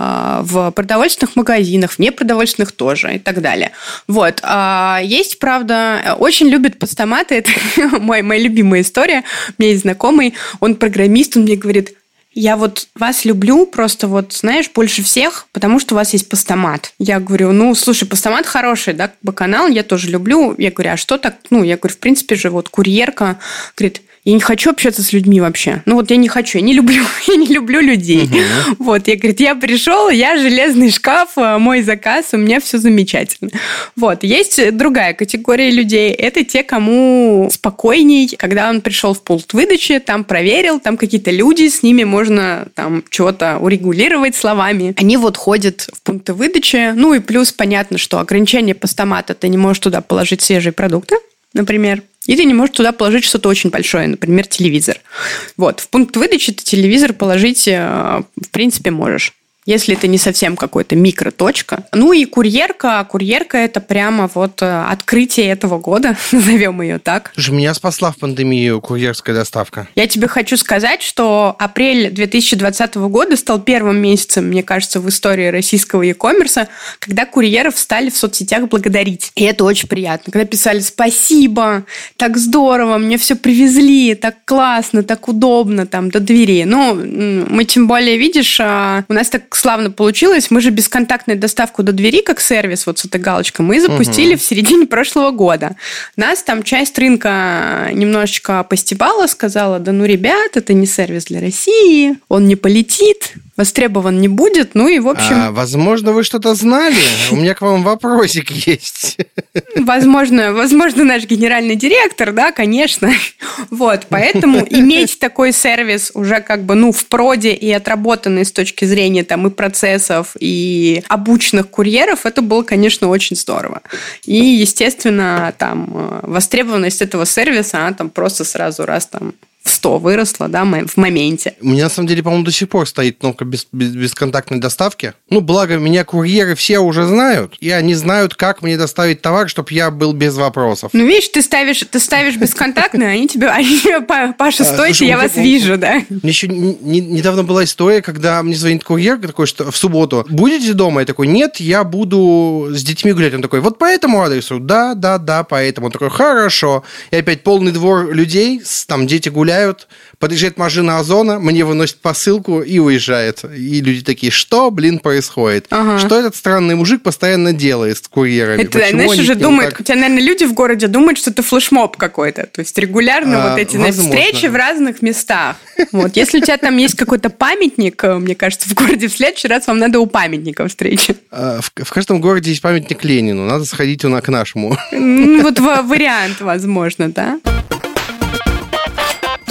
Speaker 2: в продовольственном магазинах, в непродовольственных тоже и так далее. Вот. А есть, правда, очень любят постаматы. Это моя, моя любимая история. У меня есть знакомый, он программист, он мне говорит: я вот вас люблю просто вот, знаешь, больше всех, потому что у вас есть постамат. Я говорю, ну, слушай, постамат хороший, да, как бы канал, я тоже люблю. Я говорю, а что так? Ну, я говорю, в принципе же, вот курьерка, говорит, я не хочу общаться с людьми вообще. Ну, вот я не хочу, я не люблю, я не люблю людей. Uh-huh. Вот, я, говорит, я пришел, я железный шкаф, мой заказ, у меня все замечательно. Вот, есть другая категория людей. Это те, кому спокойней, когда он пришел в пункт выдачи, там проверил, там какие-то люди, с ними можно там чего-то урегулировать словами. Они вот ходят в пункты выдачи. Ну, и плюс понятно, что ограничение постамата, ты не можешь туда положить свежие продукты, например. И ты не можешь туда положить что-то очень большое, например, телевизор. Вот. В пункт выдачи ты телевизор положить, в принципе, можешь, если это не совсем какой-то микроточка. Ну и курьерка. Курьерка – это прямо вот открытие этого года, назовем ее так.
Speaker 1: Слушай, меня спасла в пандемию курьерская доставка.
Speaker 2: Я тебе хочу сказать, что апрель две тысячи двадцатого года стал первым месяцем, мне кажется, в истории российского e-commerce, когда курьеров стали в соцсетях благодарить. И это очень приятно. Когда писали «Спасибо, так здорово, мне все привезли, так классно, так удобно, там, до двери». Ну, мы тем более, видишь, у нас так славно получилось. Мы же бесконтактную доставку до двери, как сервис, вот с этой галочкой, мы запустили угу. в середине прошлого года. Нас там часть рынка немножечко постебала, сказала, да ну, ребят, это не сервис для России, он не полетит, востребован не будет, ну и в общем...
Speaker 1: А, возможно, вы что-то знали? У меня к вам вопросик есть.
Speaker 2: Возможно, возможно, наш генеральный директор, да, конечно. Вот, поэтому иметь такой сервис уже как бы, ну, в проде и отработанный с точки зрения там и процессов, и обученных курьеров, это было, конечно, очень здорово. И, естественно, там востребованность этого сервиса, она там просто сразу раз там в сто выросла, да, в моменте.
Speaker 1: У меня, на самом деле, по-моему, до сих пор стоит кнопка без, без, бесконтактной доставки. Ну, благо, меня курьеры все уже знают, и они знают, как мне доставить товар, чтобы я был без вопросов.
Speaker 2: Ну, видишь, ты ставишь, ты ставишь бесконтактную, они тебе, они тебе, Паша, стойте, я вас вижу, да.
Speaker 1: Мне еще недавно была история, когда мне звонит курьер такой, что в субботу, будете дома? Я такой, нет, я буду с детьми гулять. Он такой, вот по этому адресу? Да, да, да, поэтому. Он такой, хорошо. И опять полный двор людей, там дети гуляют, подъезжает машина Озона, мне выносит посылку и уезжает. И люди такие, что, блин, происходит? Ага. Что этот странный мужик постоянно делает с курьерами?
Speaker 2: Это, знаешь, уже думают, так... у тебя, наверное, люди в городе думают, что это флешмоб какой-то. То есть регулярно а, вот эти знаешь, встречи в разных местах. Вот. Если у тебя там есть какой-то памятник, мне кажется, в городе, в следующий раз вам надо у памятника встречи.
Speaker 1: В, в каждом городе есть памятник Ленину. Надо сходить к нашему.
Speaker 2: Вот вариант, возможно, да?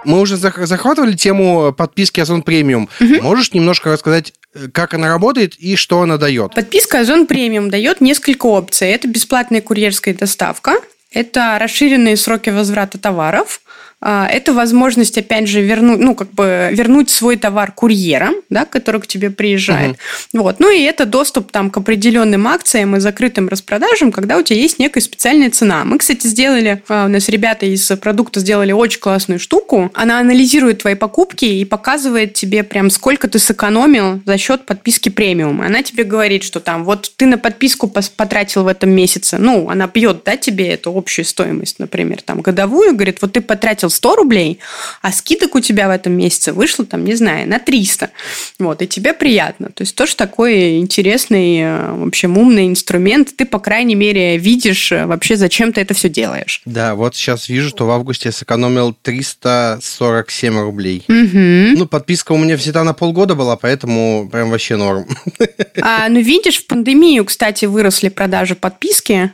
Speaker 1: Мы уже захватывали тему подписки Озон Премиум. Угу. Можешь немножко рассказать, как она работает и что она дает?
Speaker 2: Подписка Озон Премиум дает несколько опций. Это бесплатная курьерская доставка, это расширенные сроки возврата товаров, это возможность, опять же, вернуть, ну, как бы вернуть свой товар курьером, да, который к тебе приезжает. Угу. Вот. Ну, и это доступ там, к определенным акциям и закрытым распродажам, когда у тебя есть некая специальная цена. Мы, кстати, сделали, у нас ребята из продукта сделали очень классную штуку. Она анализирует твои покупки и показывает тебе прям, сколько ты сэкономил за счет подписки премиум. Она тебе говорит, что там, вот ты на подписку потратил в этом месяце, ну, она бьет, да, тебе эту общую стоимость, например, там, годовую, говорит, вот ты потратил сто рублей, а скидок у тебя в этом месяце вышло, там, не знаю, на триста. Вот, и тебе приятно. То есть тоже такой интересный, в общем, умный инструмент. Ты, по крайней мере, видишь вообще, зачем ты это все делаешь.
Speaker 1: Да, вот сейчас вижу, что в августе я сэкономил триста сорок семь рублей.
Speaker 2: Угу.
Speaker 1: Ну, подписка у меня всегда на полгода была, поэтому прям вообще норм.
Speaker 2: А, ну, видишь, в пандемию, кстати, выросли продажи подписки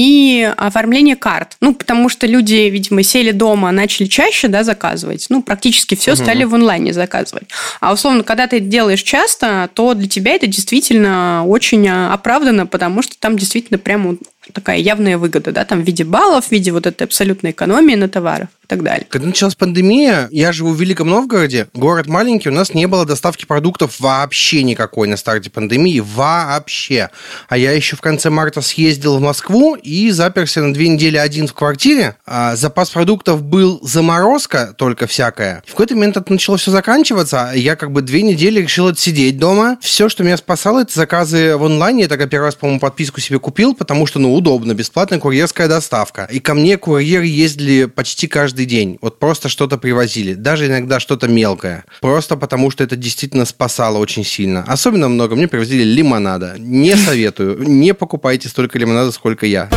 Speaker 2: и оформление карт. Ну, потому что люди, видимо, сели дома, начали чаще, да, заказывать. Ну, практически все угу. стали в онлайне заказывать. А условно, когда ты это делаешь часто, то для тебя это действительно очень оправдано, потому что там действительно прямо такая явная выгода, да, там в виде баллов, в виде вот этой абсолютной экономии на товарах и так далее.
Speaker 1: Когда началась пандемия, я живу в Великом Новгороде, город маленький, у нас не было доставки продуктов вообще никакой на старте пандемии, вообще. А я еще в конце марта съездил в Москву и заперся на две недели один в квартире. А запас продуктов был заморозка только всякая. В какой-то момент это начало все заканчиваться, я как бы две недели решил отсидеть дома. Все, что меня спасало, это заказы в онлайне. Я тогда первый раз, по-моему, подписку себе купил, потому что, ну, удобно, бесплатная курьерская доставка. И ко мне курьеры ездили почти каждый день. Вот просто что-то привозили. Даже иногда что-то мелкое. Просто потому, что это действительно спасало очень сильно. Особенно много мне привозили лимонада. Не советую. Не покупайте столько лимонада, сколько я.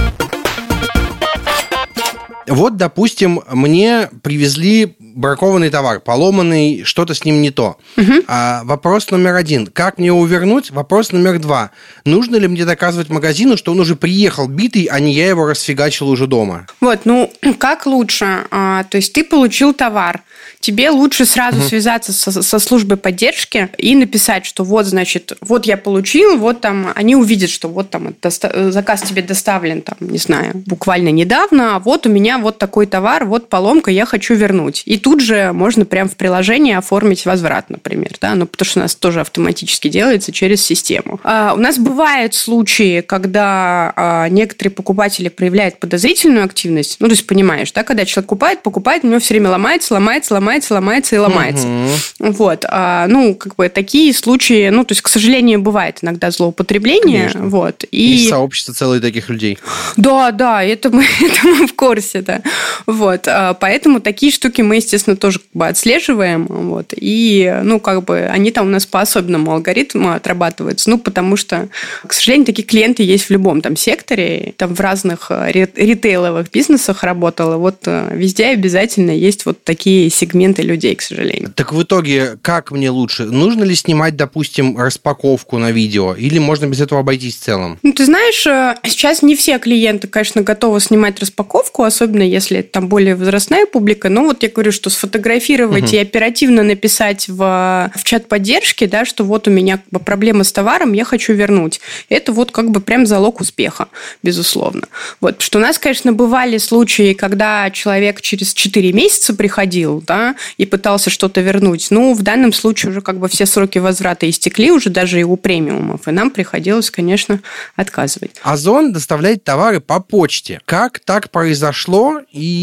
Speaker 1: Вот, допустим, мне привезли бракованный товар, поломанный, что-то с ним не то.
Speaker 2: Угу.
Speaker 1: А, вопрос номер один. Как мне его вернуть? Вопрос номер два. Нужно ли мне доказывать магазину, что он уже приехал битый, а не я его расфигачил уже дома?
Speaker 2: Вот, ну, как лучше? А, то есть ты получил товар. Тебе лучше сразу угу. связаться со, со службой поддержки и написать, что вот, значит, вот я получил, вот там, они увидят, что вот там доста- заказ тебе доставлен, там, не знаю, буквально недавно, а вот у меня вот такой товар, вот поломка, я хочу вернуть. И тут же можно прямо в приложении оформить возврат, например, да, ну, потому что у нас тоже автоматически делается через систему. А, у нас бывают случаи, когда а, некоторые покупатели проявляют подозрительную активность, ну, то есть, понимаешь, да, когда человек покупает, покупает, у него все время ломается, ломается, ломается, ломается и ломается.
Speaker 1: Угу.
Speaker 2: Вот. А, ну, как бы такие случаи, ну, то есть, к сожалению, бывает иногда злоупотребление.
Speaker 1: Конечно.
Speaker 2: Вот. И...
Speaker 1: Есть сообщество целое таких людей.
Speaker 2: Да, да, это мы, это мы в курсе, да. Вот. А, поэтому такие штуки мы, естественно, тоже как бы отслеживаем. Вот. И, ну, как бы они там у нас по особенному алгоритму отрабатываются. Ну, потому что, к сожалению, такие клиенты есть в любом там секторе. Там в разных ритейловых бизнесах работала. Вот везде обязательно есть вот такие сегменты людей, к сожалению.
Speaker 1: Так в итоге, как мне лучше? Нужно ли снимать, допустим, распаковку на видео? Или можно без этого обойтись в целом?
Speaker 2: Ну, ты знаешь, сейчас не все клиенты, конечно, готовы снимать распаковку, особенно если там более возрастная публика. Но вот я говорю, что сфотографировать угу. и оперативно написать в, в чат поддержки, да, что вот у меня как бы проблема с товаром, я хочу вернуть. Это вот как бы прям залог успеха, безусловно. Вот, потому что у нас, конечно, бывали случаи, когда человек через четыре месяца приходил, да, и пытался что-то вернуть. Ну, в данном случае уже как бы все сроки возврата истекли, уже даже и у премиумов, и нам приходилось, конечно, отказывать.
Speaker 1: Озон доставляет товары по почте. Как так произошло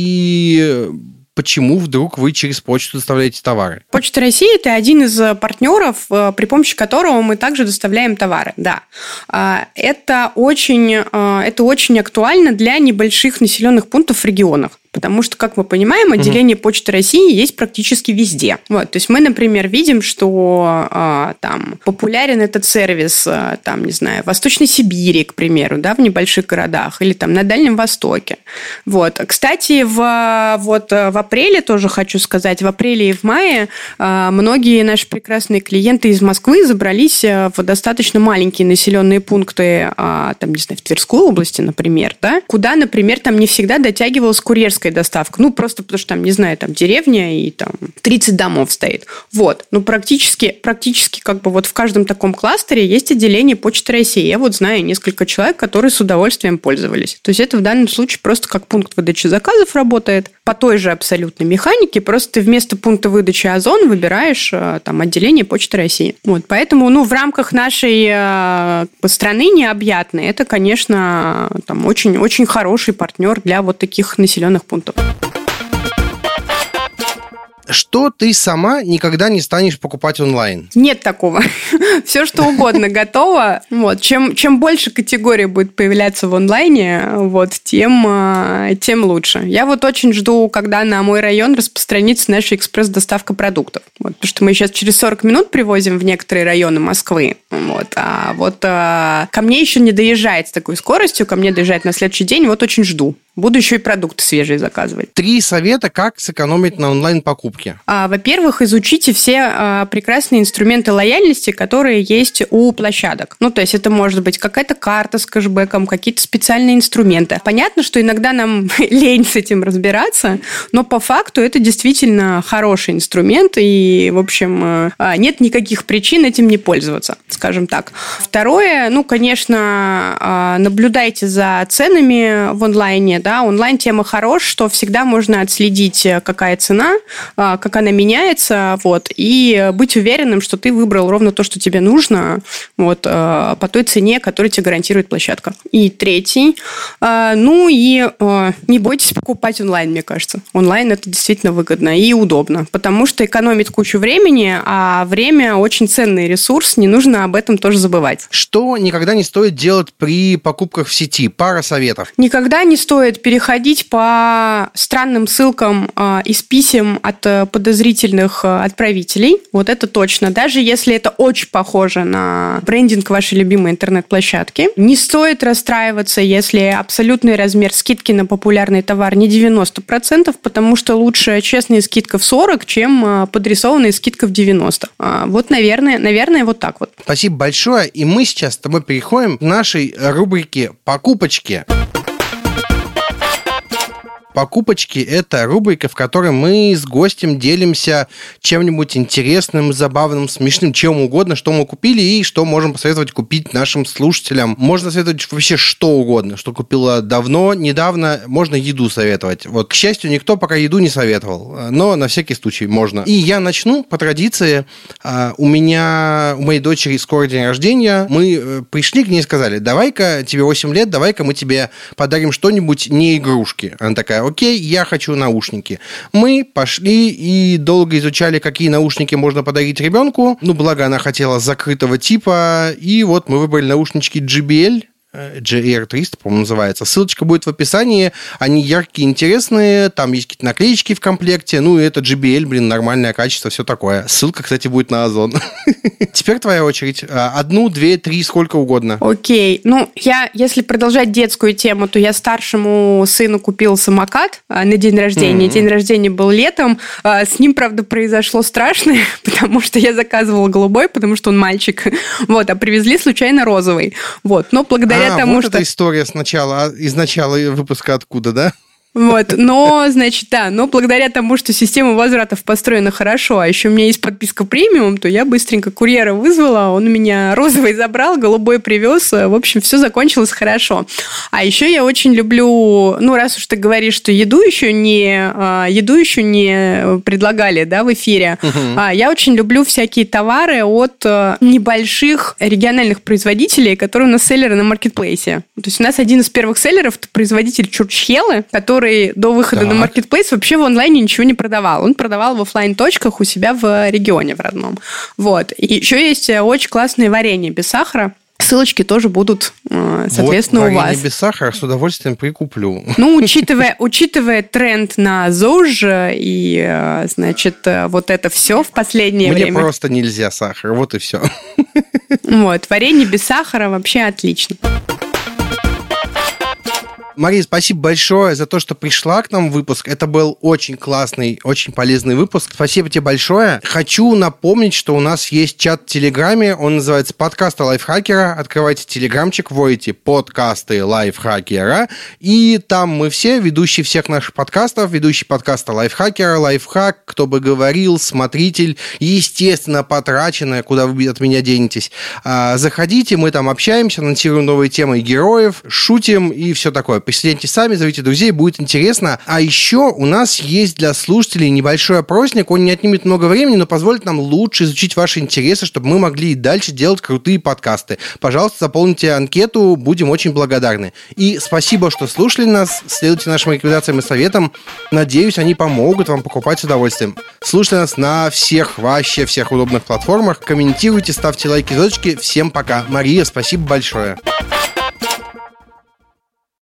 Speaker 1: и... Почему вдруг вы через почту доставляете товары?
Speaker 2: Почта России – это один из партнеров, при помощи которого мы также доставляем товары. Да. Это очень, это очень актуально для небольших населенных пунктов в регионах. Потому что, как мы понимаем, отделение Почты России есть практически везде. Вот, то есть мы, например, видим, что а, там популярен этот сервис, а, там, не знаю, в Восточной Сибири, к примеру, да, в небольших городах, или там на Дальнем Востоке. Вот. Кстати, в, вот, в апреле тоже хочу сказать, в апреле и в мае а, многие наши прекрасные клиенты из Москвы забрались в достаточно маленькие населенные пункты, а, там, не знаю, в Тверской области, например, да, куда, например, там не всегда дотягивалась курьерская классическая доставка. Ну, просто потому что там, не знаю, там деревня и там тридцать домов стоит. Вот. Ну, практически, практически как бы вот в каждом таком кластере есть отделение Почты России. Я вот знаю несколько человек, которые с удовольствием пользовались. То есть это в данном случае просто как пункт выдачи заказов работает по той же абсолютной механике, просто ты вместо пункта выдачи Озон выбираешь там отделение Почты России. Вот. Поэтому, ну, в рамках нашей э, страны необъятной, это, конечно, там очень, очень хороший партнер для вот таких населенных пунктов.
Speaker 1: Что ты сама никогда не станешь покупать онлайн?
Speaker 2: Нет такого. Все, что угодно готово. Вот. Чем, чем больше категорий будет появляться в онлайне, вот, тем, тем лучше. Я вот очень жду, когда на мой район распространится наша экспресс-доставка продуктов. Вот, потому что мы сейчас через сорок минут привозим в некоторые районы Москвы. Вот. А вот а, ко мне еще не доезжает с такой скоростью, ко мне доезжает на следующий день. Вот очень жду. Буду еще и продукты свежие заказывать.
Speaker 1: Три совета, как сэкономить на онлайн-покупке.
Speaker 2: А, во-первых, изучите все а, прекрасные инструменты лояльности, которые есть у площадок. Ну, то есть это может быть какая-то карта с кэшбэком, какие-то специальные инструменты. Понятно, что иногда нам лень с этим разбираться, но по факту это действительно хороший инструмент, и, в общем, а, нет никаких причин этим не пользоваться, скажем так. Второе, ну, конечно, а, наблюдайте за ценами в онлайне. Да, онлайн-тема хорош, что всегда можно отследить, какая цена, как она меняется, вот, и быть уверенным, что ты выбрал ровно то, что тебе нужно, вот, по той цене, которую тебе гарантирует площадка. И третий, ну и не бойтесь покупать онлайн, мне кажется. Онлайн это действительно выгодно и удобно, потому что экономит кучу времени, а время очень ценный ресурс, не нужно об этом тоже забывать.
Speaker 1: Что никогда не стоит делать при покупках в сети? Пара советов.
Speaker 2: Никогда не стоит переходить по странным ссылкам э, из писем от э, подозрительных э, отправителей. Вот это точно. Даже если это очень похоже на брендинг вашей любимой интернет-площадки. Не стоит расстраиваться, если абсолютный размер скидки на популярный товар не девяносто процентов, потому что лучше честная скидка в сорок процентов, чем э, подрисованная скидка в девяносто процентов. Э, вот, наверное, наверное, вот так вот.
Speaker 1: Спасибо большое. И мы сейчас с тобой переходим к нашей рубрике «Покупочки». Покупочки – это рубрика, в которой мы с гостем делимся чем-нибудь интересным, забавным, смешным, чем угодно, что мы купили и что можем посоветовать купить нашим слушателям. Можно советовать вообще что угодно, что купила давно, недавно, можно еду советовать. Вот, к счастью, никто пока еду не советовал, но на всякий случай можно. И я начну по традиции. У меня, у моей дочери скоро день рождения, мы пришли к ней и сказали: давай-ка, тебе восемь лет, давай-ка мы тебе подарим что-нибудь, не игрушки. Она такая: окей, я хочу наушники. Мы пошли и долго изучали, какие наушники можно подарить ребенку. Ну, благо, она хотела закрытого типа. И вот мы выбрали наушнички джей би эл. джей ар триста, по-моему, называется. Ссылочка будет в описании. Они яркие, интересные. Там есть какие-то наклеечки в комплекте. Ну, и это джей би эл, блин, нормальное качество, все такое. Ссылка, кстати, будет на Озон. Теперь твоя очередь. Одну, две, три, сколько угодно.
Speaker 2: Окей. Ну, я, если продолжать детскую тему, то я старшему сыну купил самокат на день рождения. Mm-hmm. День рождения был летом. С ним, правда, произошло страшное, потому что я заказывала голубой, потому что он мальчик. Вот, а привезли случайно розовый. Вот, но благодаря
Speaker 1: А,
Speaker 2: тому,
Speaker 1: вот
Speaker 2: что...
Speaker 1: эта история сначала, из начала выпуска откуда, да?
Speaker 2: Вот, но, значит, да, но благодаря тому, что система возвратов построена хорошо, а еще у меня есть подписка премиум, то я быстренько курьера вызвала, он у меня розовый забрал, голубой привез, в общем, все закончилось хорошо. А еще я очень люблю, ну, раз уж ты говоришь, что еду еще не, еду еще не предлагали, да, в эфире, uh-huh. я очень люблю всякие товары от небольших региональных производителей, которые у нас селлеры на маркетплейсе. То есть у нас один из первых селлеров – это производитель Чурчхелы, который до выхода так. на маркетплейс вообще в онлайне ничего не продавал. Он продавал в офлайн-точках у себя в регионе в родном. Вот. И еще есть очень классные варенья без сахара. Ссылочки тоже будут, соответственно,
Speaker 1: вот,
Speaker 2: у вас.
Speaker 1: варенье без сахара с удовольствием прикуплю.
Speaker 2: Ну, учитывая, учитывая тренд на ЗОЖ и, значит, вот это все в последнее
Speaker 1: Мне
Speaker 2: время.
Speaker 1: Мне просто нельзя сахар, вот и все.
Speaker 2: Вот, варенье без сахара вообще отлично.
Speaker 1: Мария, спасибо большое за то, что пришла к нам в выпуск. Это был очень классный, очень полезный выпуск. Спасибо тебе большое. Хочу напомнить, что у нас есть чат в Телеграме. Он называется «Подкасты лайфхакера». Открывайте телеграмчик, вводите «Подкасты лайфхакера». И там мы все, ведущие всех наших подкастов, ведущий подкаста лайфхакера, лайфхак, кто бы говорил, смотритель, естественно, потраченное, куда вы от меня денетесь. Заходите, мы там общаемся, анонсируем новые темы и героев, шутим и все такое. Присоединяйтесь сами, зовите друзей, будет интересно. А еще у нас есть для слушателей небольшой опросник, он не отнимет много времени, но позволит нам лучше изучить ваши интересы, чтобы мы могли и дальше делать крутые подкасты. Пожалуйста, заполните анкету, будем очень благодарны. И спасибо, что слушали нас, следуйте нашим рекомендациям и советам. Надеюсь, они помогут вам покупать с удовольствием. Слушайте нас на всех, вообще всех удобных платформах, комментируйте, ставьте лайки, звездочки. Всем пока. Мария, спасибо большое.